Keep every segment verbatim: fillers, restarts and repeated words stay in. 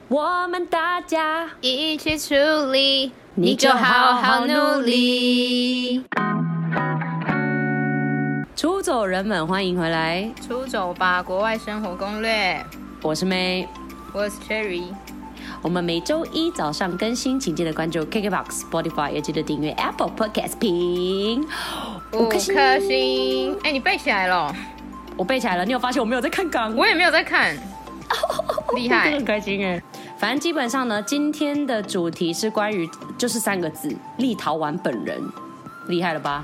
我们大家一起出力，你就好好努力。 出走人们，欢迎回来， 出走吧，国外生活攻略。 我是 May， 我是 Cherry。 我们每周一早上更新，请记得关注 K K B O X、Spotify， 也记得订阅 Apple Podcast 评五颗星。哎、欸，你背起来了？ 我背起来了。你有发现我没有在看纲？ 我也没有在看，厉害， 真的很开心哎。反正基本上呢，今天的主题是关于就是三个字：立陶宛本人，厉害了吧？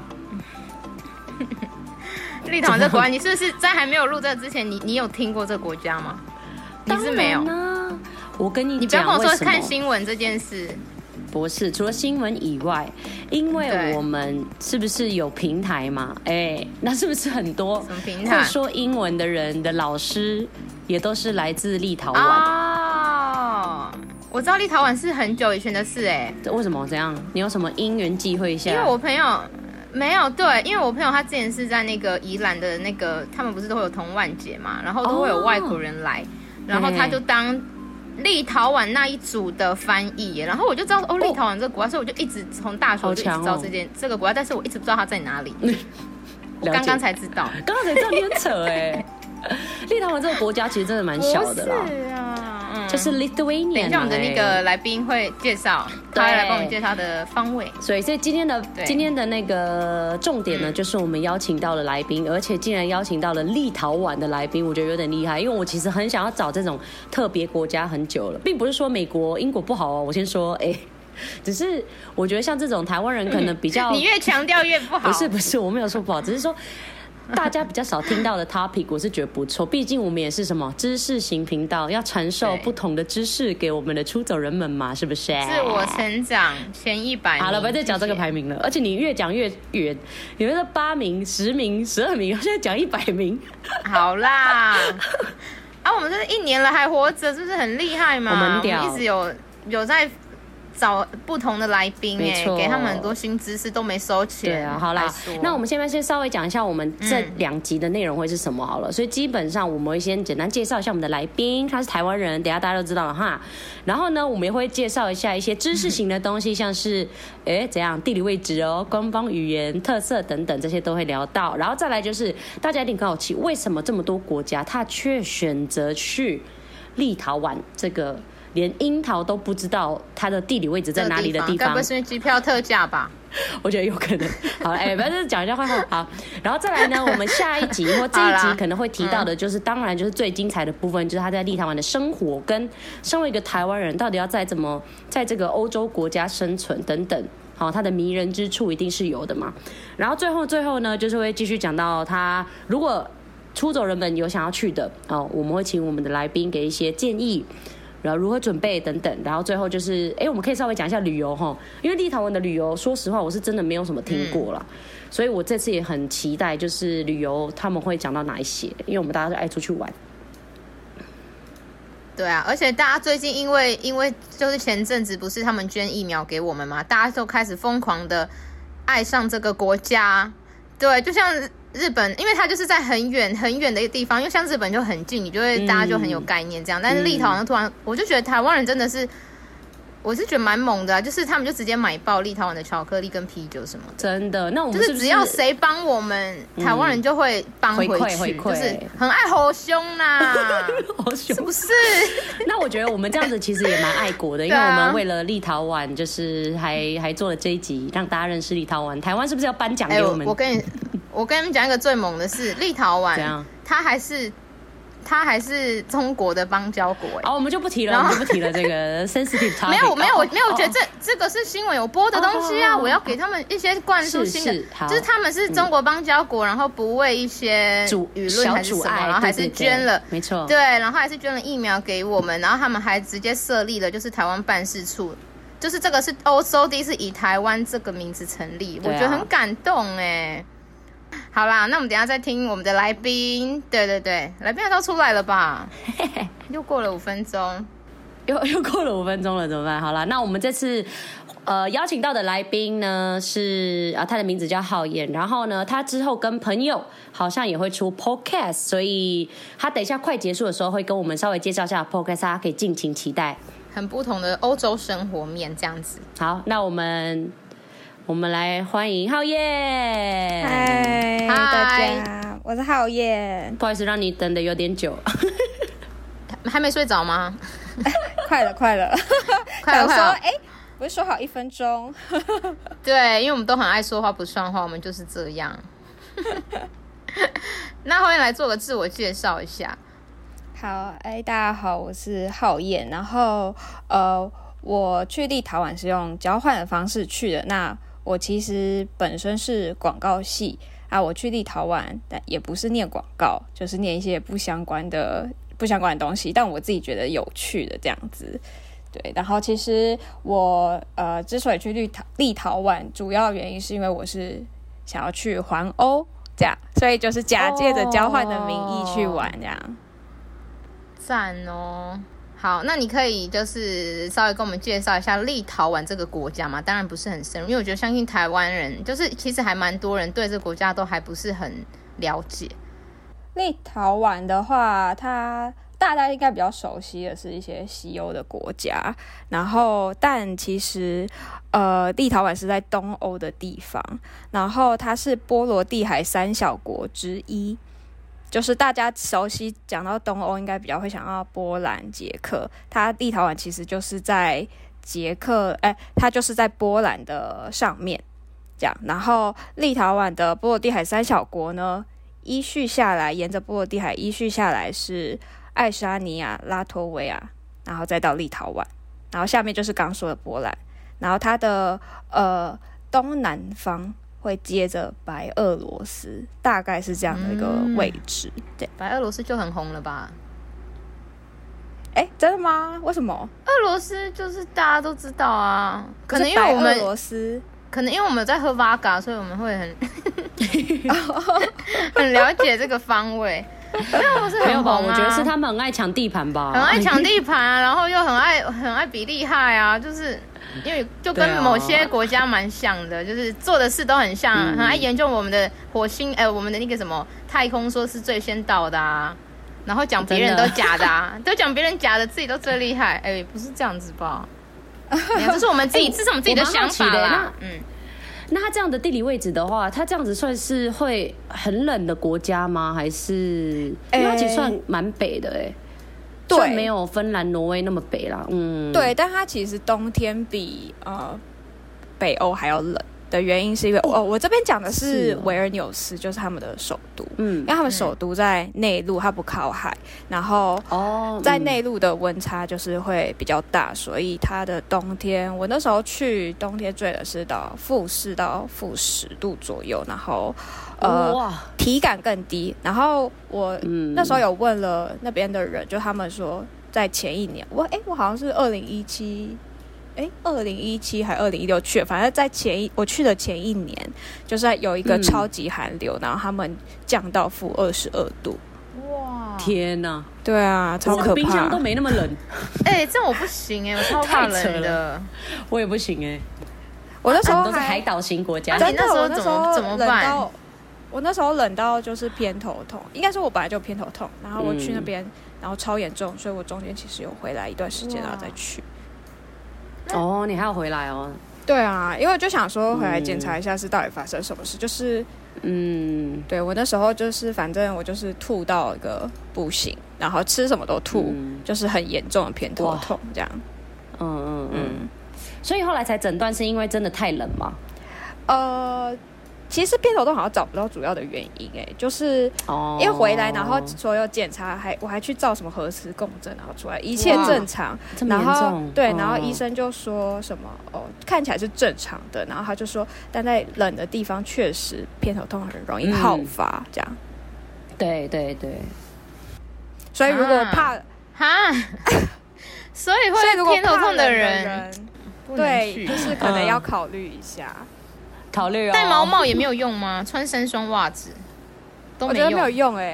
立陶宛这国家，你是不是在还没有录这个之前，你你有听过这个国家吗？你是没有啊？我跟你讲， 你不要跟我说看新闻这件事。 不是，除了新闻以外，因为我们是不是有平台嘛？哎，那是不是很多会说英文的人的老师也都是来自立陶宛？ 哦，我知道立陶宛是很久以前的事哎。 为什么这样？你有什么因缘际会下？ 因为我朋友没有对，因为我朋友他之前是在那个宜兰的那个，他们不是都会有童玩节嘛，然后都会有外国人来，哦、然后他就当立陶宛那一组的翻译，然后我就知道哦，立陶宛这个国家，所以我就一直从大学我就一直知道这件、哦、这个国家，但是我一直不知道它在哪里。我刚刚才知道， 刚刚才知道，你很扯哎。立陶宛这个国家其实真的蛮小的啦。 是啊，嗯， 就是 Lithuania。 等一下我们的那个来宾会介绍，他会来帮我们介绍的方位。 所以，所以今天的今天的那个重点呢，嗯、就是我们邀请到了来宾，而且竟然邀请到了立陶宛的来宾，我觉得有点厉害。因为我其实很想要找这种特别国家很久了，并不是说美国、英国不好哦。我先说，哎。只是我觉得像这种台湾人可能比较， 你越强调越不好。 不是不是，我没有说不好，只是说大家比较少听到的 topic， 我是觉得不错。毕竟我们也是什么知识型频道，要传授不同的知识给我们的出走人们嘛，是不是？ 自我成长前一百名。 好了，不要再讲这个排名了。而且你越讲越远，有的八名、十名、十二名，现在讲一百名。 好啦，啊，我们这一年了还活着，是不是很厉害嘛？ 我们屌， 我们一直有有在找不同的来宾哎，给他们很多新知识，都没收钱。 对啊，好啦，那我们现在先稍微讲一下我们这两集的内容会是什么好了。嗯、所以基本上我们会先简单介绍一下我们的来宾，他是台湾人，等一下大家都知道了哈。然后呢，我们也会介绍一下一些知识型的东西，像是哎怎样地理位置哦、官方语言特色等等，这些都会聊到。然后再来就是大家一定很好奇，为什么这么多国家他却选择去立陶宛这个？连樱桃都不知道它的地理位置在哪里的地方， 该不会是因为机票特价吧？ 我觉得有可能。好了，哎、欸，不要就是讲一下坏话。好，然后再来呢，我们下一集或这一集可能会提到的，就是、嗯、当然就是最精彩的部分，就是他在立陶宛的生活，跟身为一个台湾人，到底要在怎么在这个欧洲国家生存等等。好，他的迷人之处一定是有的嘛。然后最后最后呢，就是会继续讲到他如果出走人们有想要去的哦，我们会请我们的来宾给一些建议。然后如何准备等等，然后最后就是，哎，我们可以稍微讲一下旅游哈，因为立陶宛的旅游，说实话我是真的没有什么听过啦，嗯、所以我这次也很期待，就是旅游他们会讲到哪一些，因为我们大家都爱出去玩。 对啊，而且大家最近因为因为就是前阵子不是他们捐疫苗给我们嘛，大家都开始疯狂的爱上这个国家，对，就像。日本，因为它就是在很远很远的一个地方，因为像日本就很近，你就会、嗯、大家就很有概念这样。但是立陶宛突然，我就觉得台湾人真的是，我是觉得蛮猛的、啊，就是他们就直接买爆立陶宛的巧克力跟啤酒什么的。 真的，那我们是, 是就是只要谁帮我们，台湾人就会帮回去， 回馈回馈就是很爱吼凶啦， 吼凶是不是？ 那我觉得我们这样子其实也蛮爱国的，因为我们为了立陶宛，就是还还做了这一集，让大家认识立陶宛。台湾是不是要颁奖给我们？ 欸、我, 我跟你。我跟你们讲一个最猛的是，立陶宛，它还是它还是中国的邦交国哎。 好、哦，我们就不提了，我们就不提了这个 sensitive topic。 没有没有，我没有觉得这、哦、这个是新闻有播的东西啊，哦、我要给他们一些灌输新的，是是就是他们是中国邦交国，嗯、然后不为一些舆论还是什么，然后还是捐了， 没错， 对，然后还是捐了疫苗给我们，然后他们还直接设立了就是台湾办事处。就是这个是欧洲第一次以台湾这个名字成立，我觉得很感动哎。好啦，那我们等一下再听我们的来宾。对对对，来宾都出来了吧？又过了五分钟。 又又过了五分钟了，怎么办？好啦，那我们这次呃邀请到的来宾呢是啊，他的名字叫浩燕，然后呢，他之后跟朋友好像也会出 podcast， 所以他等一下快结束的时候会跟我们稍微介绍一下 podcast， 大家可以敬请期待。 很不同的欧洲生活面这样子。 好，那我们我们来欢迎浩燕。 嗨，大家，我是浩燕。 不好意思，让你等的有点久。 还没睡着吗？ 快了，快了， 快了，快了。 哎，不是说好一分钟？ 对，因为我们都很爱说话不算话，我们就是这样。那后面来做个自我介绍一下。 好，哎，大家好，我是浩燕。然后，呃，我去立陶宛是用交换的方式去的。那我其实本身是广告系啊，我去立陶宛，但也不是念广告，就是念一些不相关的。不相关的东西，但我自己觉得有趣的这样子，对。然后其实我呃之所以去立陶立陶宛，主要原因是因为我是想要去环欧这样，所以就是假借着交换的名义去玩这样。 赞哦！好，那你可以就是稍微跟我们介绍一下立陶宛这个国家嘛？当然不是很深入，因为我觉得相信台湾人就是其实还蛮多人对这个国家都还不是很了解。 立陶宛的话，它大家应该比较熟悉的是一些西欧的国家，然后但其实呃，立陶宛是在东欧的地方，然后它是波罗的海三小国之一，就是大家熟悉讲到东欧，应该比较会想到波兰、捷克，它立陶宛其实就是在捷克，哎，它就是在波兰的上面，这样，然后立陶宛的波罗的海三小国呢。依序下来，沿着波罗的海依序下来是爱沙尼亚、拉脱维亚，然后再到立陶宛，然后下面就是刚说的波兰，然后它的呃东南方会接着白俄罗斯，大概是这样的一个位置。嗯、对， 白俄罗斯就很红了吧？ 哎，真的吗？为什么？ 俄罗斯就是大家都知道啊，可能因为我们白俄罗斯。 可能因为我们在喝 Vodka， 所以我们会很很了解这个方位。没有，不是很红啊， 没有吧？我觉得是他们很爱抢地盘吧， 很爱抢地盘啊，然后又很爱很爱比厉害啊，就是因为就跟某些国家蛮像的，就是做的事都很像，很爱研究我们的火星，哎、呃，我们的那个什么太空，说是最先到的啊，然后讲别人都假的啊，都讲别人假的，自己都最厉害，哎，不是这样子吧？这是我们自己，这是我们自己的想法啦。嗯， 那它这样的地理位置的话，它这样子算是会很冷的国家吗？还是因为它其实算蛮北的哎、欸，对，没有芬兰、挪威那么北啦。嗯， 对，但它其实冬天比呃北欧还要冷。的原因是因为哦，我这边讲的是维尔纽斯，就是他们的首都，嗯，因为他们首都在内陆，它不靠海，然后哦，在内陆的温差就是会比较大，所以它的冬天，我那时候去冬天最的是到负四到负十度左右，然后呃体感更低，然后我那时候有问了那边的人，就他们说在前一年，我哎我好像是二零一七。哎，二零一七还二零一六去，反正在前一我去的前一年，就是有一个超级寒流，嗯、然后他们降到负二十二度。 哇！ 天哪！ 对啊，超可怕。 我冰箱都没那么冷。 哎、欸，这我不行哎、欸，我超怕冷的。 我也不行哎、欸。 我那时候都是海岛型国家， 啊、你那时候怎么怎么办？ 我那时候冷到就是偏头痛，应该说我本来就偏头痛，然后我去那边，嗯、然后超严重，所以我中间其实有回来一段时间，然后再去。 哦，你还要回来哦？ 对啊，因为我就想说回来检查一下是到底发生什么事，嗯、就是，嗯，对我那时候就是反正我就是吐到一个不行，然后吃什么都吐，嗯、就是很严重的偏头痛这样。 嗯嗯嗯，所以后来才诊断是因为真的太冷吗？ 呃。其实偏头痛好像找不到主要的原因，哎，就是因为回来，然后所有检查还我还去照什么核磁共振，然后出来一切正常，然后对，然后医生就说什么哦，看起来是正常的，然后他就说，但在冷的地方确实偏头痛很容易好发，嗯、这样。 对对对， 所以如果怕哈，所以会偏头痛的人， 对，就是可能要考虑一下。 考虑哦， 戴毛帽也没有用吗？穿三双袜子都没用， 我觉得没有用哎、欸。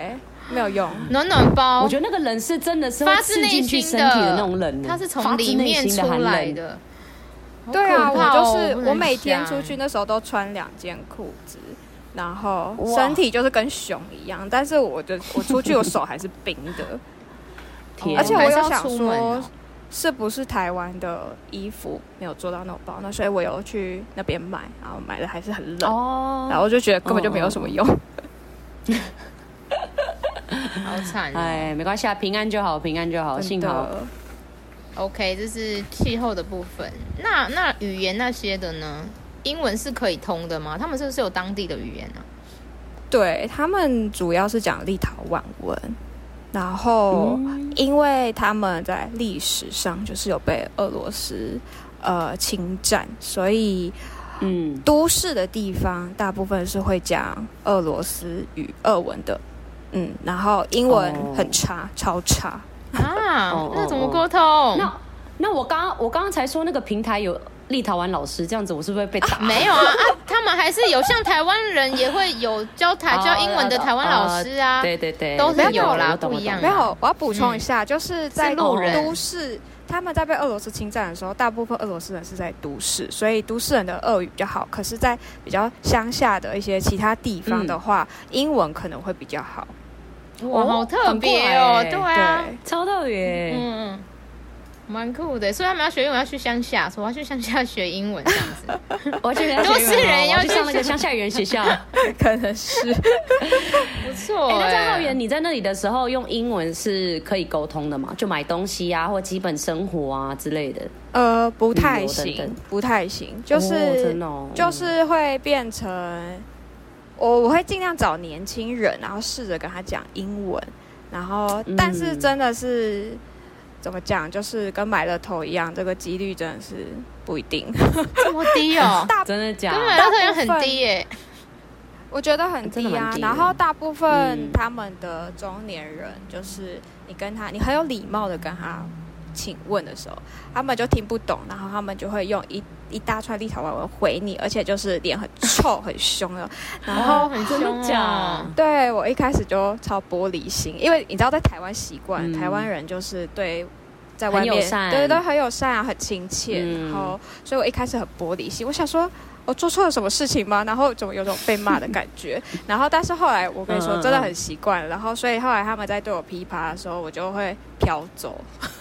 没有用。 暖暖包， 我觉得那个冷是真的是会发自内刺进去心身体的那种冷， 它是从里面出来的。 对啊， 哦、 我就是我每天出去那时候都穿两件裤子，然后身体就是跟熊一样，但是我的我出去我手还是冰的。 天， 而且我有想说，是不是台湾的衣服没有做到那种保暖，所以我有去那边买，然后买的还是很冷，哦、然后我就觉得根本就没有什么用。哦哦好惨、哦！ 哎，没关系啊，平安就好，平安就好，幸好。 OK， 这是气候的部分。那那语言那些的呢？英文是可以通的吗？他们是不是有当地的语言呢、啊？ 对，他们主要是讲立陶宛文，然后、嗯、因为他们在历史上就是有被俄罗斯呃侵占，所以嗯，都市的地方大部分是会讲俄罗斯语俄文的，嗯，然后英文很差，哦、超差。 啊，哦、那怎么沟通？ 那那我刚我刚刚才说那个平台有立陶宛老师，这样子我是不是会被打？ 啊、没有啊啊，他们还是有像台湾人也会有教台教英文的台湾老师啊， 啊对对对， 都是有啦，不一样。 没有，我要补充一下，嗯、就是在都市，他们在被俄罗斯侵占的时候，大部分俄罗斯人是在都市，所以都市人的俄语比较好。可是，在比较乡下的一些其他地方的话，嗯、英文可能会比较好。 哇，好特别哦！对啊， 对超特别， 嗯，蛮酷的。所以他们要学英文，要去乡下，说我要去乡下学英文这样子。 我要去都市人要去上那个乡下语言学校， 可能是不错。 哎、欸，那在浩源，你在那里的时候用英文是可以沟通的吗？就买东西啊，或基本生活啊之类的。 呃，不太行，等等不太行，就是、哦真的哦、 就是会变成。我我会尽量找年轻人，然后试着跟他讲英文，然后但是真的是、嗯、怎么讲，就是跟买乐透一样，这个几率真的是不一定。 这么低哦？ 真的假的？ 跟买乐透一样很低耶。 我觉得很低啊。然后大部分他们的中年人，就是你跟他，你很有礼貌的跟他请问的时候，他们就听不懂，然后他们就会用一。一大串立陶宛文回你，而且就是脸很臭很凶的，然后、 哦、很凶啊！ 对，我一开始就超玻璃心，因为你知道在台湾习惯、嗯，台湾人就是对在外面对对很友善啊，很亲切、嗯，然后所以我一开始很玻璃心，我想说我做错了什么事情吗？然后怎么有种被骂的感觉？然后但是后来我跟你说真的很习惯了，然后所以后来他们在对我噼啪的时候，我就会飘走。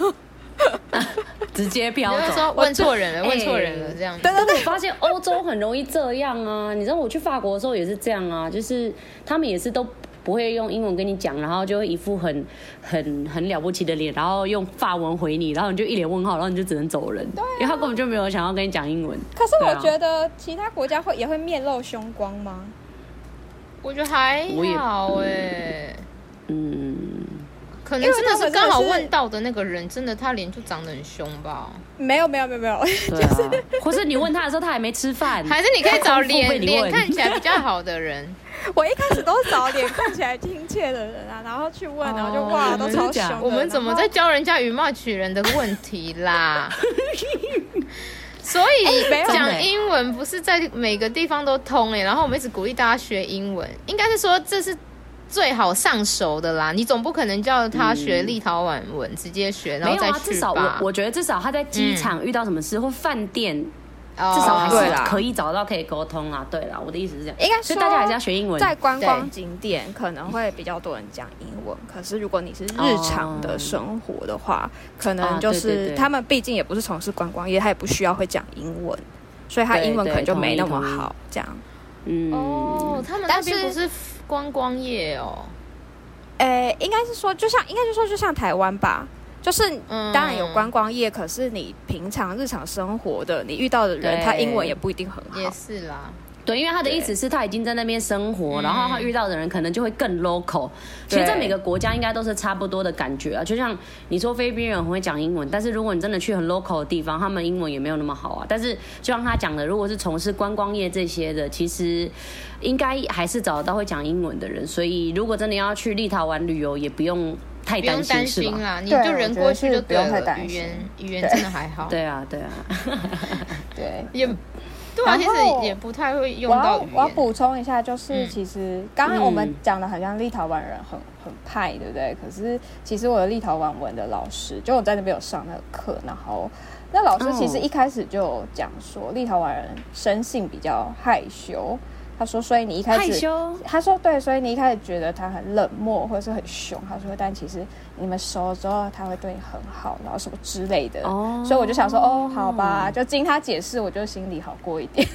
直接飘走， 说问错人了，问错人了，这样。 对对对，我发现欧洲很容易这样啊！你知道我去法国的时候也是这样啊，就是他们也是都不会用英文跟你讲，然后就会一副很很很了不起的脸，然后用法文回你，然后你就一脸问号，然后你就只能走人， 对、啊， 因为他根本就没有想要跟你讲英文。 可是我觉得其他国家会也会面露凶光吗？ 我觉得还好哎、欸，嗯。可能真的是刚好问到的那个人，真的他脸就长得很凶吧？ 没有没有没有没有， 对啊，或是你问他的时候他还没吃饭， 还是你可以找脸脸看起来比较好的人。 我一开始都找脸看起来亲切的人啊，然后去问，然后就哇都超凶。 我们怎么在教人家以貌取人的问题啦？所以讲英文不是在每个地方都通哎、欸，然后我们一直鼓励大家学英文，应该是说这是。最好上手的啦，你总不可能叫他学立陶宛文、嗯、直接学，然后再去吧。没有啊， 至少我我觉得至少他在机场遇到什么事、嗯、或饭店，至少还是可以找到可以沟通啊。对啦，我的意思是这样。 应该所以大家还是要学英文。 在观光景点可能会比较多人讲英文，可是如果你是日常的生活的话，哦、可能就是、啊、对对对他们毕竟也不是从事观光业，他也不需要会讲英文，所以他英文可能就没那么好。这样， 嗯，哦，他们那边不是。观光业哦， 诶，应该是说，就像应该是说，就像台湾吧，就是、嗯、当然有观光业，可是你平常日常生活的，你遇到的人，他英文也不一定很好。 也是啦， 对，因为他的意思是他已经在那边生活，然后他遇到的人可能就会更 local。其实，在每个国家应该都是差不多的感觉啊。就像你说菲律宾人很会讲英文，但是如果你真的去很 local 的地方，他们英文也没有那么好啊。但是就像他讲的，如果是从事观光业这些的，其实应该还是找得到会讲英文的人。所以如果真的要去立陶宛旅游，也不用太担心，不用担心啦，你就人过去就对了。语言语言真的还好。 对啊，对啊， 对，也对啊，其实也不太会用到语言。 我要我要补充一下，就是其实刚刚我们嗯讲的好像立陶宛人很很派，对不对？可是其实我的立陶宛文的老师，就我在那边有上那个课，然后那老师其实一开始就有讲说，立陶宛人生性比较害羞。他说，所以你一开始害羞， 他说对，所以你一开始觉得他很冷漠或者是很凶，他说，但其实你们熟了之后，他会对你很好，然后什么之类的。哦，所以我就想说，哦，好吧，就经他解释，我就心里好过一点。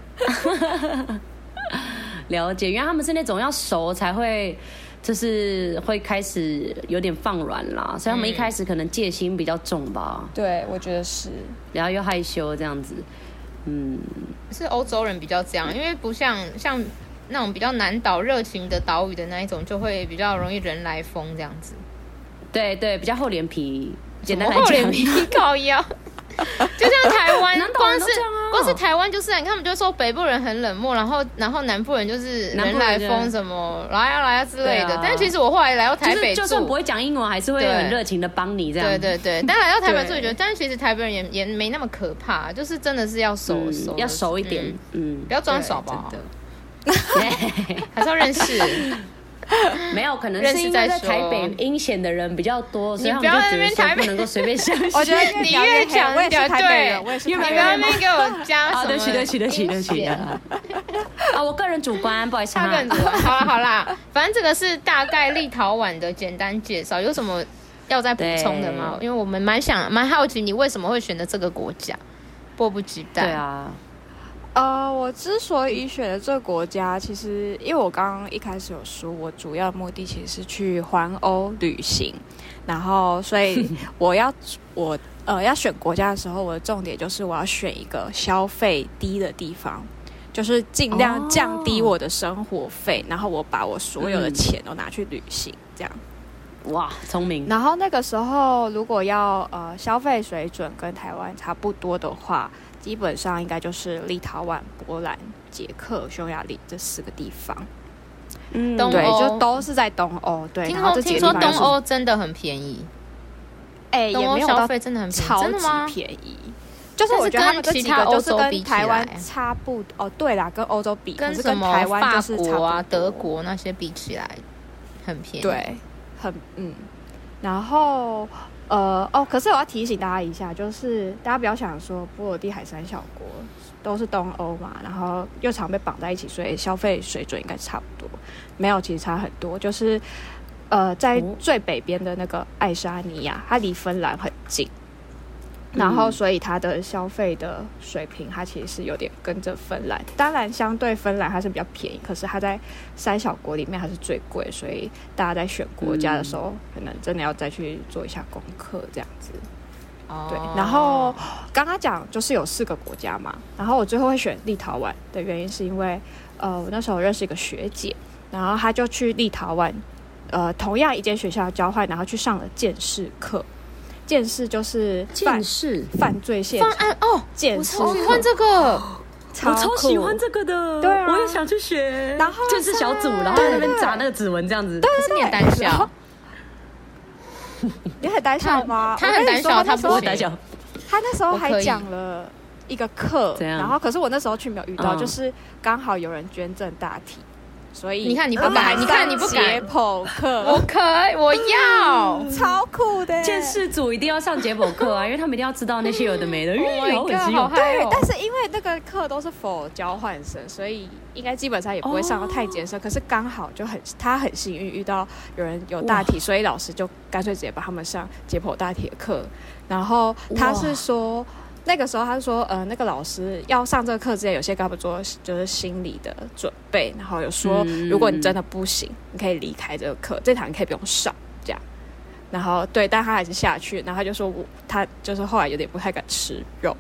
了解，因为他们是那种要熟才会，就是会开始有点放软啦，所以他们一开始可能戒心比较重吧。 对，我觉得是， 然后又害羞这样子。嗯， 是欧洲人比较这样，因为不像像那种比较南岛热情的岛屿的那一种，就会比较容易人来疯这样子。 对对，比较厚脸皮。简单来讲， 厚脸皮靠腰。就像台湾，光是、 啊、 光是台湾就是、啊，你看他们就说北部人很冷漠，然后然后南部人就是人来疯什么来啊来啊之类的。啊、但其实我后来来到台北住， 就是、就算不会讲英文，还是会很热情的帮你这样。 对对对，但来到台北住，我觉得，但其实台北人也也没那么可怕，就是真的是要熟、嗯、熟， 要熟一点，嗯， 嗯不要装傻吧，还是要认识。 没有，可能是因为在台北阴险的人比较多，所以他们就觉得说不能够随便相信。 我觉得你越讲，我也是台北人，我也是台北人。 你不要那边给我加什么？ 对不起，对不起，对不起，对不起。啊，我个人主观，不好意思。 他个人主观。好啦好啦，反正这个是大概立陶宛的简单介绍，有什么要再补充的吗？因为我们蛮想蛮好奇你为什么会选择这个国家，迫不及待。 对啊。 呃，我之所以选的这个国家，其实因为我刚刚一开始有说，我主要目的其实是去环欧旅行，然后所以我要我呃要选国家的时候，我的重点就是我要选一个消费低的地方，就是尽量降低我的生活费，哦、然后我把我所有的钱都拿去旅行，这样。 哇，聪明！ 然后那个时候，如果要呃消费水准跟台湾差不多的话，基本上应该就是立陶宛、波兰、捷克、匈牙利这四个地方。 嗯， 对，就都是在东欧。对， 听然后这听说东欧真的很便宜， 哎、欸，也没有消费真的很便宜， 超级便宜。就是我觉得他们这几个就是跟台湾差不多哦。对啦，跟欧洲比， 跟可是跟台湾就是法国啊、德国那些比起来很便宜。 对。很嗯，然后呃哦，可是我要提醒大家一下，就是大家不要想说波罗的海三小国都是东欧嘛，然后又常被绑在一起，所以消费水准应该差不多。没有，其实差很多。就是呃，在最北边的那个爱沙尼亚，它离芬兰很近，然后所以它的消费的水平，它其实是有点跟着芬兰。当然，相对芬兰它是比较便宜，可是它在三小国里面它是最贵，所以大家在选国家的时候，可能真的要再去做一下功课，这样子。 哦、 对，然后刚刚讲就是有四个国家嘛，然后我最后会选立陶宛的原因是因为，呃，我那时候认识一个学姐，然后她就去立陶宛，呃，同样一间学校交换，然后去上了鉴识课。鉴识就是鉴识犯罪现场哦， 鉴识， 我超喜欢这个， 我超喜欢这个的， 对啊， 我也想去学。 然后鉴识小组，然后在那边砸那个指纹这样子， 对对对，你很胆小， 你很胆小吗？ 他很胆小，他不会胆小。 他那时候还讲了一个课，然后可是我那时候去没有遇到， 嗯、 就是刚好有人捐赠大体。所以你看你不敢，你看你不敢解剖课， 我可以，我要， 嗯、超酷的。 鉴识组一定要上解剖课啊，因为他们一定要知道那些有的没的，因为好很有对，但是因为那个课都是 for 交换生，所以应该基本上也不会上到太艰深。哦、可是刚好就很他很幸运遇到有人有大体，所以老师就干脆直接把他们上解剖大体的课。然后他是说。那个时候他说，呃，那个老师要上这个课之前，有些跟他们做就是心理的准备，然后有说，嗯、如果你真的不行，你可以离开这个课，这堂你可以不用上，这样。然后对，但他还是下去，然后他就说我，他就是后来有点不太敢吃肉，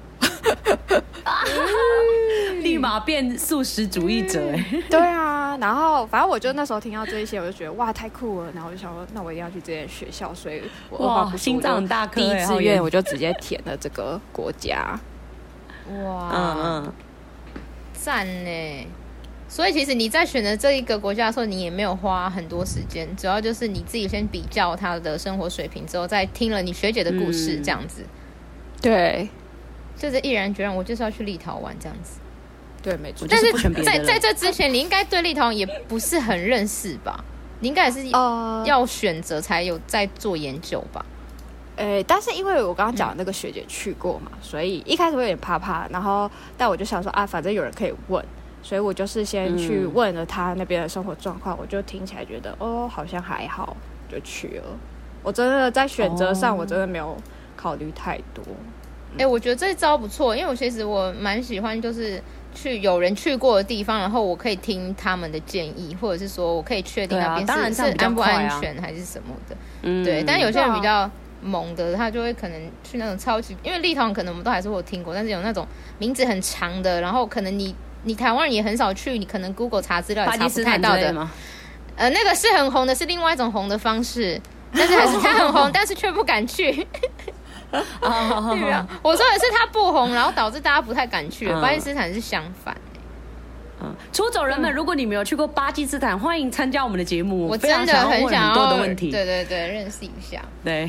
立马变素食主义者哎、 嗯。对啊，然后反正我就那时候听到这些，我就觉得哇太酷了，然后我就想说，那我一定要去这间学校，所以我二话不说， 心脏很大颗， 第一志愿我就直接填了这个国家。 哇， 嗯嗯， 赞呢！所以其实你在选择这一个国家的时候，你也没有花很多时间，主要就是你自己先比较他的生活水平之后，再听了你学姐的故事，这样子。 嗯、对， 就是毅然决然，我就是要去立陶宛这样子。 对，没错。 但是不选别的在在这之前，你应该对立陶宛也不是很认识吧？你应该也是要选择才有在做研究吧？ 呃，但是因为我刚刚讲的那个学姐去过嘛，嗯、所以一开始会有点怕怕，然后但我就想说啊，反正有人可以问，所以我就是先去问了他那边的生活状况，嗯、我就听起来觉得哦，好像还好，就去了。我真的在选择上，我真的没有考虑太多。 哎、欸，我觉得这招不错，因为我其实我蛮喜欢，就是去有人去过的地方，然后我可以听他们的建议，或者是说我可以确定那边是、啊、是安不安全还是什么的。嗯，对。但有些人比较猛的，他就会可能去那种超级，因为立陶宛可能我们都还是会有听过，但是有那种名字很长的，然后可能你你台湾人也很少去，你可能 Google 查资料也查不太到的。呃，那个是很红的，是另外一种红的方式，但是还是他很红，但是却不敢去。哦，对啊，我说的是他不红，然后导致大家不太敢去。巴基斯坦是相反。 嗯，出走人们，如果你没有去过巴基斯坦，欢迎参加我们的节目。 我真的很想要问很多的问题， 对对对，认识一下。 对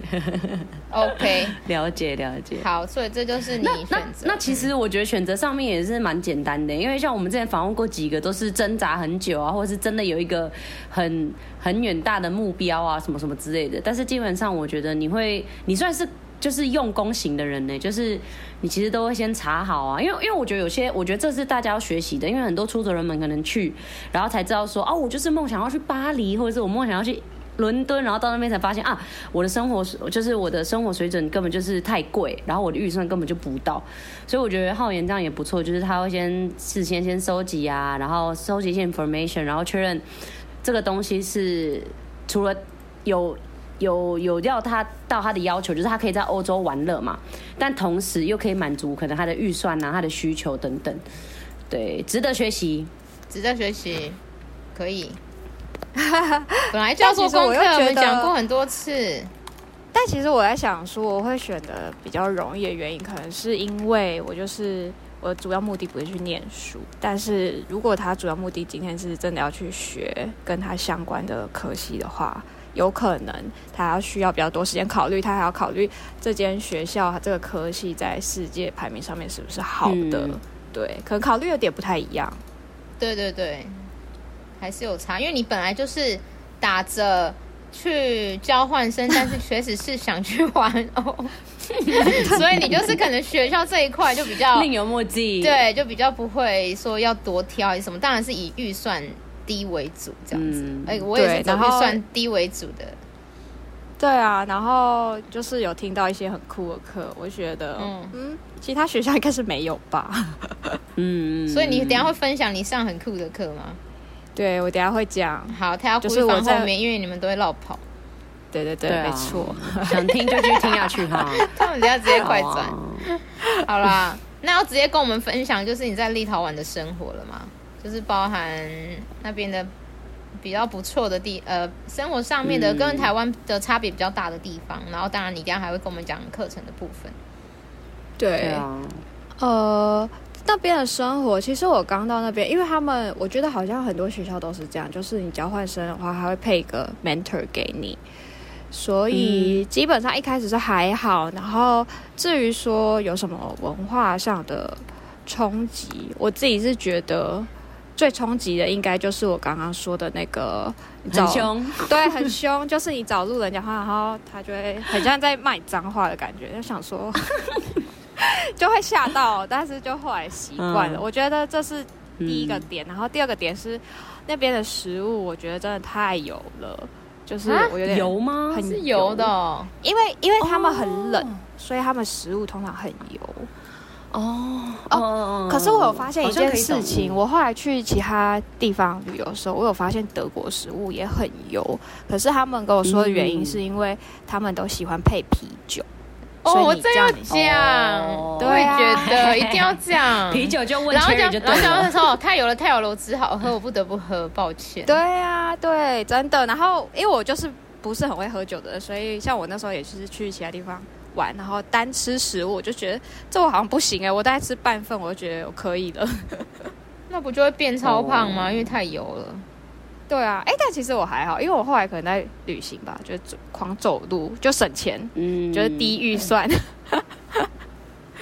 ，OK， 了解了解。 好，所以这就是你选择。 那, 那, 那其实我觉得选择上面也是蛮简单的，因为像我们之前访问过几个，都是挣扎很久啊，或者是真的有一个很很远大的目标啊，什么什么之类的。但是基本上，我觉得你会，你算是。就是用功型的人呢，就是你其实都会先查好啊，因为因为我觉得有些，我觉得这是大家要学习的，因为很多出走人们可能去，然后才知道说，哦，我就是梦想要去巴黎，或者是我梦想要去伦敦，然后到那边才发现啊，我的生活就是我的生活水准根本就是太贵，然后我的预算根本就不到，所以我觉得浩言这样也不错，就是他会先事先先收集啊，然后收集一些 information， 然后确认这个东西是除了有。有有要他到他的要求，就是他可以在欧洲玩乐嘛，但同时又可以满足可能他的预算啊、他的需求等等，对，值得学习， 值得学习，可以。本来就要做功课，我们讲过很多次。 但其实我在想说，我会选的比较容易的原因，可能是因为我就是我的主要目的不是去念书，但是如果他主要目的今天是真的要去学跟他相关的科系的话。有可能他要需要比较多时间考虑，他还要考虑这间学校这个科系在世界排名上面是不是好的、嗯、对，可能考虑的点不太一样。 对对对，还是有差，因为你本来就是打着去交换生，但是确实是想去玩哦所以你就是可能学校这一块就比较另有目的， 对，就比较不会说要多挑还是什么，当然是以预算低为主这样子，哎、嗯欸，我也是走预算低为主的。 对啊，然后就是有听到一些很酷的课，我觉得，嗯嗯，其他学校应该是没有吧。 嗯，所以你等一下会分享你上很酷的课吗？ 对，我等一下会讲。 好，他要故意放后面，因为你们都会落跑。 对对 对, 对、啊，没错。 想听就去听下去哈。 他们等一下直接快转。好, 好啦，那要直接跟我们分享，就是你在立陶宛的生活了吗？就是包含那边的比较不错的地，呃，生活上面的跟台湾的差别比较大的地方，嗯、然后当然你等一下还会跟我们讲课程的部分。 对，对啊，呃，那边的生活，其实我刚到那边，因为他们我觉得好像很多学校都是这样，就是你交换生的话，还会配一个 mentor 给你。所以基本上一开始是还好，然后至于说有什么文化上的冲击，我自己是觉得最冲击的应该就是我刚刚说的那个很凶， 对，很凶，就是你找路人讲话，然后他就会很像在骂脏话的感觉，就想说就会吓到，但是就后来习惯了、嗯。我觉得这是第一个点，然后第二个点是那边的食物，我觉得真的太油了。就是我有点油吗？ 很是油的、哦， 因为因为他们很冷、哦，所以他们食物通常很油。 哦哦，可是我有发现一件事情，我后来去其他地方旅游的时候，我有发现德国食物也很油。可是他们跟我说的原因是因为他们都喜欢配啤酒。 哦，我真要讲， 哦、 我也觉得一定要这样。 啤酒就问， 然后讲， 就然后讲的时候太油了，太油了，我只好喝，我不得不喝，抱歉。 对啊，对，真的。然后因为我就是不是很会喝酒的，所以像我那时候也是去其他地方玩，然后单吃食物，我就觉得这我好像不行哎、欸，我大概吃半份，我就觉得我可以了。 那不就会变超胖吗？哦、因为太油了。 对啊，哎，但其实我还好，因为我后来可能在旅行吧，就狂走路，就省钱，嗯，就是低预算。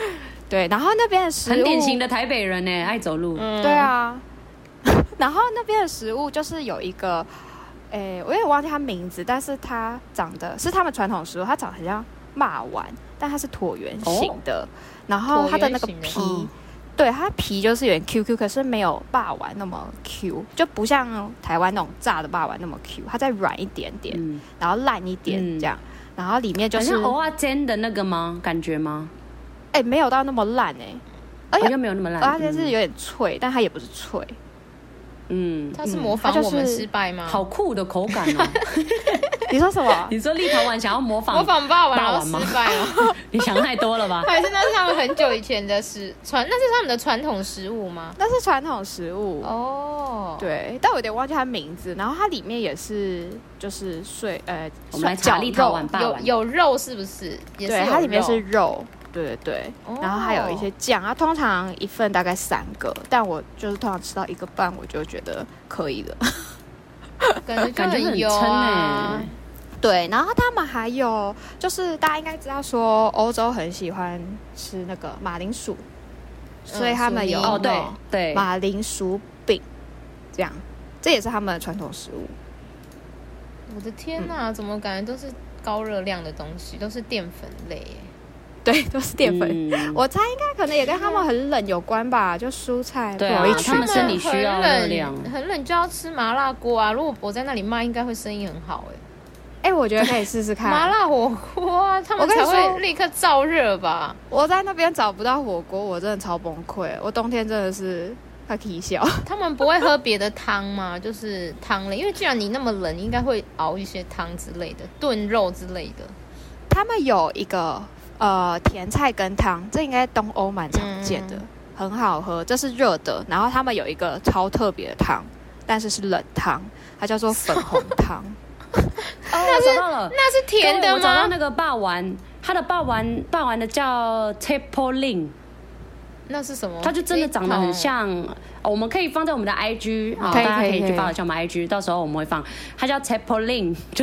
对，然后那边的食物很典型的台北人呢，爱走路。 嗯对啊，然后那边的食物就是有一个，诶，我有点忘记它名字，但是它长得是他们传统食物，它长得很像肉丸，但它是椭圆形的，哦、然后它的那个皮， 哦、 对，它皮就是有点 Q Q， 可是没有肉丸那么 Q， 就不像台湾那种炸的肉丸那么 Q， 它再软一点点，嗯、然后烂一点、嗯、这样，然后里面就是好像蚵仔煎的那个吗？感觉吗？ 哎，没有到那么烂哎、欸，而且没有那么烂， 蚵仔煎是有点脆，嗯、但它也不是脆。 嗯，他是模仿我们失败吗？ 好酷的口感哦！ 你说什么？ 你说立陶宛想要模仿模仿霸王然后失败了？ 你想太多了吧？ 还是那是他们很久以前的食传，那是他们的传统食物吗？ 那是传统食物哦。 对，但我有点忘记它名字。然后它里面也是就是碎呃， 我们来查立陶宛霸王， 有有肉是不是？也是对，它里面是肉。对对对，哦、然后还有一些酱啊，通常一份大概三个，但我就是通常吃到一个半，我就觉得可以了， 感觉感觉很油啊。 对，然后他们还有就是大家应该知道说欧洲很喜欢吃那个马铃薯，所以他们有哦对对马铃薯饼，这样这也是他们的传统食物。 我的天哪，嗯、怎么感觉都是高热量的东西，都是淀粉类耶？ 对，都是淀粉。嗯、我猜应该可能也跟他们很冷有关吧，就蔬菜对啊，他们身体需要热量， 很冷就要吃麻辣锅啊。如果我在那里卖，应该会生意很好哎。 哎、欸，我觉得可以试试看麻辣火锅啊，他们才会立刻燥热吧。 我在那边找不到火锅，我真的超崩溃。我冬天真的是快啼笑。 他们不会喝别的汤吗？就是汤类，因为既然你那么冷，你应该会熬一些汤之类的，炖肉之类的。 他们有一个。呃，甜菜根汤，这应该东欧蛮常见的，嗯、很好喝。这是热的，然后他们有一个超特别的汤，但是是冷汤，它叫做粉红汤。 哦，我找到了， 那是甜的吗？ 我找到那个霸丸，它的霸丸霸丸的叫 Tepolin， 那是什么？ 它就真的长得很像。哦、我们可以放在我们的 I G 啊、哦，大家可以去发一下我们 I G， 到时候我们会放。它叫 Tepolin， 就是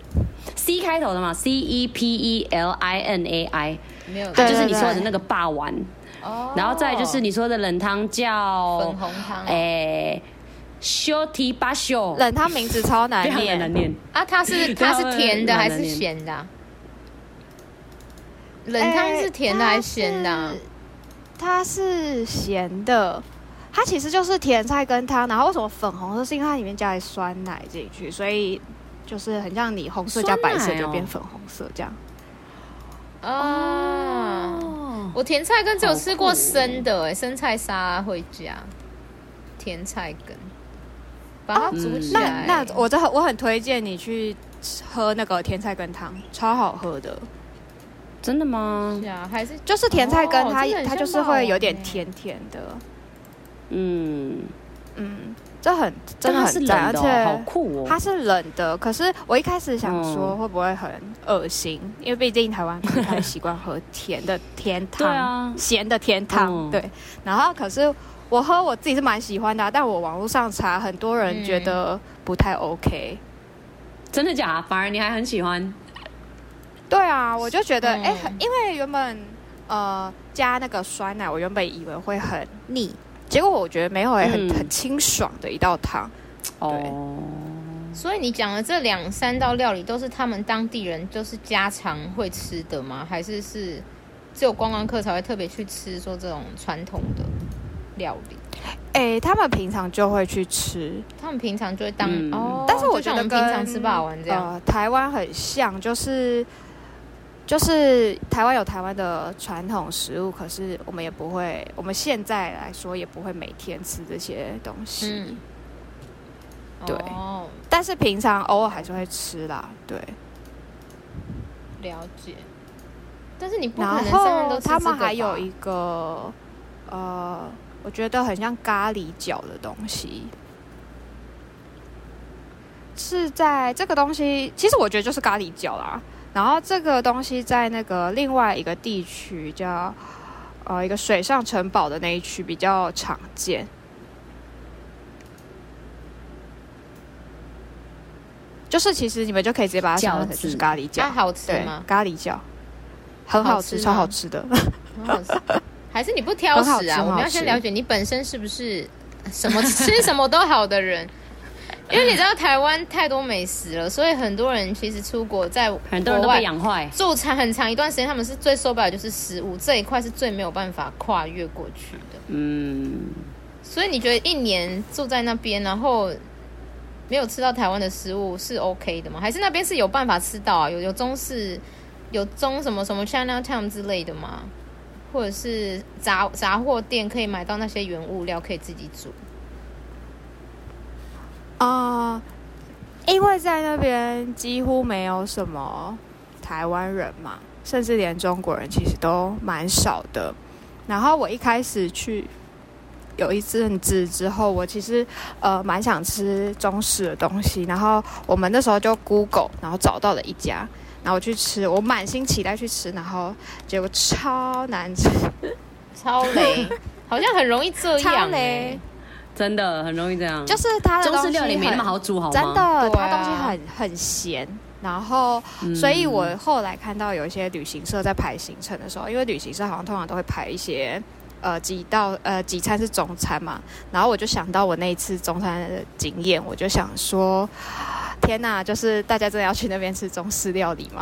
C 开头的嘛 ，C E P E L I N A I， 没有， 它就是你说的那个霸丸。哦。然后再来就是你说的冷汤叫粉红汤， 诶 ，Shoti Basho。 冷汤名字超难念， 难念啊！它是它是甜的还是咸的、啊？冷汤是甜的还是咸的、啊？ 它是咸的。它其实就是甜菜根汤，然后为什么粉红色？是因为它里面加了酸奶进去，所以就是很像你红色加白色就变粉红色这样。 哦，哦我甜菜根只有吃过生的、欸，生菜沙拉会加甜菜根，把它煮起来。 啊、那那我这我很推荐你去喝那个甜菜根汤，超好喝的。 真的吗？ 是啊，还是就是甜菜根它，它它就是会有点甜甜的。 嗯嗯，这很真的很赞，而且好酷哦！ 它是冷的，可是我一开始想说会不会很恶心，嗯、因为毕竟台湾不太习惯喝甜的甜汤， 对啊， 咸的甜汤，嗯、对。然后可是我喝我自己是蛮喜欢的、啊，但我网络上查，很多人觉得不太 OK。 嗯、真的假的？反而你还很喜欢？ 对啊，我就觉得哎、嗯欸，因为原本呃加那个酸奶，我原本以为会很腻。结果我觉得没有诶，很、嗯、很清爽的一道汤。对，哦、 所以你讲的这两三道料理都是他们当地人就是家常会吃的吗？还是是只有观光客才会特别去吃说这种传统的料理？ 哎，他们平常就会去吃， 他们平常就会当、嗯、哦。 但是我觉得跟平常吃霸王这样、 呃、台湾很像，就是。就是台湾有台湾的传统食物，可是我们也不会，我们现在来说也不会每天吃这些东西。嗯、对、哦，但是平常偶尔还是会吃啦。对， 了解。但是你不可能上面都吃这个吧？ 然后他们还有一个呃，我觉得很像咖喱饺的东西，是在这个东西，其实我觉得就是咖喱饺啦。然后这个东西在那个另外一个地区叫呃一个水上城堡的那一区比较常见，就是其实你们就可以直接把它想成就是咖喱饺。 它好吃吗？ 咖喱饺很好吃，超好吃的， 很好吃。 还是你不挑食啊？我们要先了解你本身是不是什么吃什么都好的人。因为你知道台湾太多美食了，所以很多人其实出国在国外很多人都被养坏， 住长很长一段时间，他们是最受不了就是食物这一块是最没有办法跨越过去的。嗯，所以你觉得一年住在那边，然后没有吃到台湾的食物是 OK 的吗？还是那边是有办法吃到啊？有有中式，有中什么什么 Chinatown 之类的吗？或者是杂杂货店可以买到那些原物料，可以自己煮？ 啊、uh, 因为在那边几乎没有什么台湾人嘛，甚至连中国人其实都蛮少的。然后我一开始去有一阵子之后，我其实呃蛮想吃中式的东西，然后我们那时候就 Google， 然后找到了一家，然后我去吃，我满心期待去吃，然后结果超难吃， 超雷，好像很容易这样、欸，超雷。 真的很容易这样， 就是它的东西中式料理没那么好煮，好吗？ 真的， 啊、 它东西很很咸，然后、嗯，所以我后来看到有一些旅行社在排行程的时候，因为旅行社好像通常都会排一些呃几道呃几餐是中餐嘛，然后我就想到我那一次中餐的经验，我就想说，天哪，就是大家真的要去那边吃中式料理吗？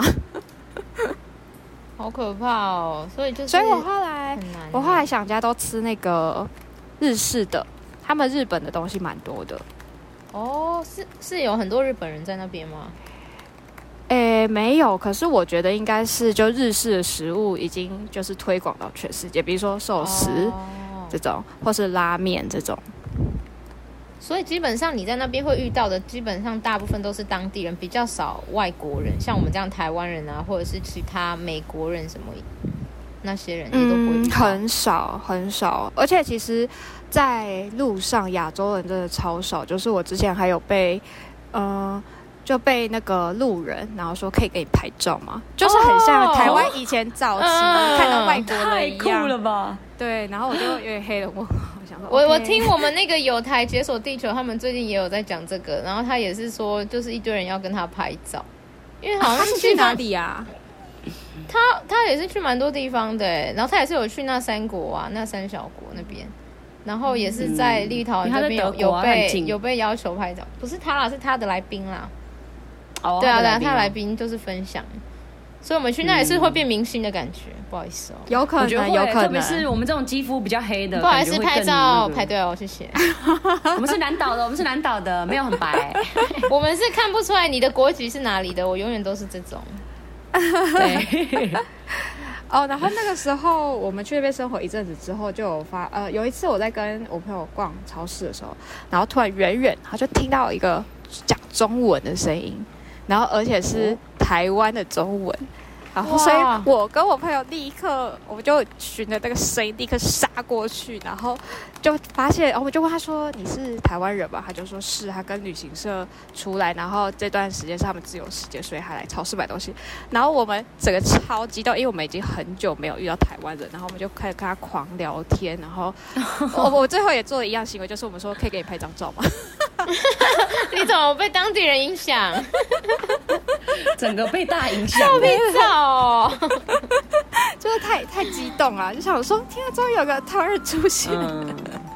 好可怕哦！所以就是， 所以我后来我后来想家都吃那个日式的。他们日本的东西蛮多的哦，是是有很多日本人在那边吗？ 诶，没有，可是我觉得应该是就日式的食物已经就是推广到全世界，比如说寿司、哦、这种，或是拉面这种。 所以基本上你在那边会遇到的，基本上大部分都是当地人，比较少外国人，像我们这样台湾人啊，或者是其他美国人什么那些人也都不会遇到、嗯、 很少很少，而且其实。在路上，亚洲人真的超少。就是我之前还有被，呃，就被那个路人，然后说可以给你拍照吗？就是很像台湾以前早期、哦、看到外国人一样。 太酷了吧？ 对，然后我就有点黑了我，我想说， 我、okay、我听我们那个有台解锁地球，他们最近也有在讲这个，然后他也是说，就是一堆人要跟他拍照，因为好像是去哪里啊？ 他他也是去蛮多地方的，然后他也是有去那三国啊，那三小国那边。然后也是在立陶宛那边有、嗯、有被有被要求拍照，不是他啦，是他的来宾啦。哦，对啊，对啊，他的来宾就是分享，所以我们去那也是会变明星的感觉。嗯、不好意思哦， 有可能，有可能， 特别是我们这种肌肤比较黑的， 不好意思，拍照排队哦，谢谢。 我们是南岛的，我们是南岛的，没有很白。 我们是看不出来你的国籍是哪里的，我永远都是这种。对。 哦，然后那个时候我们去那边生活一阵子之后，就有发呃，有一次我在跟我朋友逛超市的时候，然后突然远远他就听到一个讲中文的声音，然后而且是台湾的中文，然后所以我跟我朋友立刻我们就循着那个声音立刻杀过去，然后就发现，然后我就问他说你是台湾人吧？他就说是，他跟旅行社出来，然后这段时间是他们自由时间，所以他来超市买东西。然后我们整个超激动，因为我们已经很久没有遇到台湾人，然后我们就开始跟他狂聊天，然后我我最后也做了一样行为，就是我们说可以给你拍张照吗？ 你怎么被当地人影响？ 整个被大影响， 照片照哦， 就是太太激动了，就想说天啊，终于有个台湾人出现。嗯、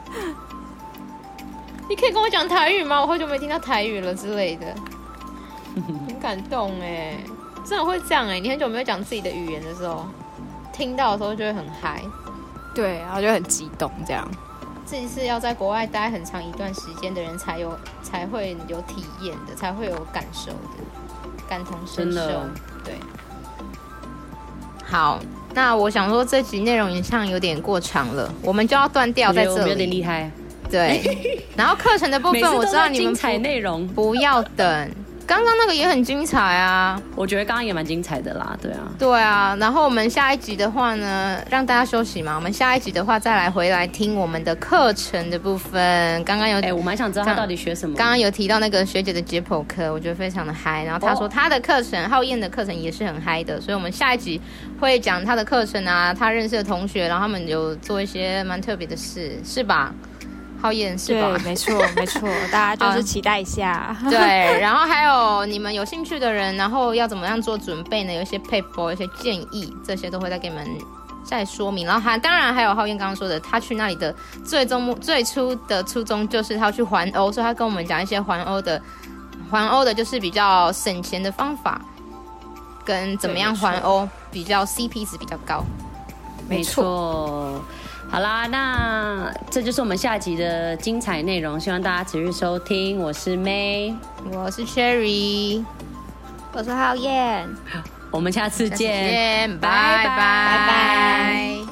你可以跟我讲台语吗？我好久没听到台语了之类的，很感动哎，真的会这样哎！你很久没有讲自己的语言的时候，听到的时候就会很嗨， 对，然后就很激动这样。 自己是要在国外待很长一段时间的人才有才会有体验的，才会有感受的，感同身受。对，好，那我想说这集内容好像有点过长了，我们就要断掉在这里， 有点厉害。 对，然后课程的部分我知道你们精彩内容不要等。刚刚那个也很精彩啊， 我觉得刚刚也蛮精彩的啦，对啊， 对啊。然后我们下一集的话呢，让大家休息嘛。我们下一集的话再来回来听我们的课程的部分。刚刚有， 哎、欸，我蛮想知道他到底学什么。 刚刚有提到那个学姐的解剖课，我觉得非常的嗨。然后她说她的课程，浩燕的课程也是很嗨的，所以我们下一集会讲她的课程啊，她认识的同学，然后他们有做一些蛮特别的事，是吧？浩燕是吧？ 对，没错没错，大家就是期待一下。 对，然后还有你们有兴趣的人，然后要怎么样做准备呢？有一些 paper， 一些建议，这些都会再给你们再说明。然后还当然还有浩燕刚刚说的，他去那里的最终目最初的初衷就是他要去环欧，所以他跟我们讲一些环欧的环欧的就是比较省钱的方法，跟怎么样环欧比较 C P 值比较高。 没错。好啦，那这就是我们下集的精彩内容，希望大家持续收听。我是 May， 我是 Cherry， 我是浩燕， 我们下次见， 下次见，拜拜拜拜。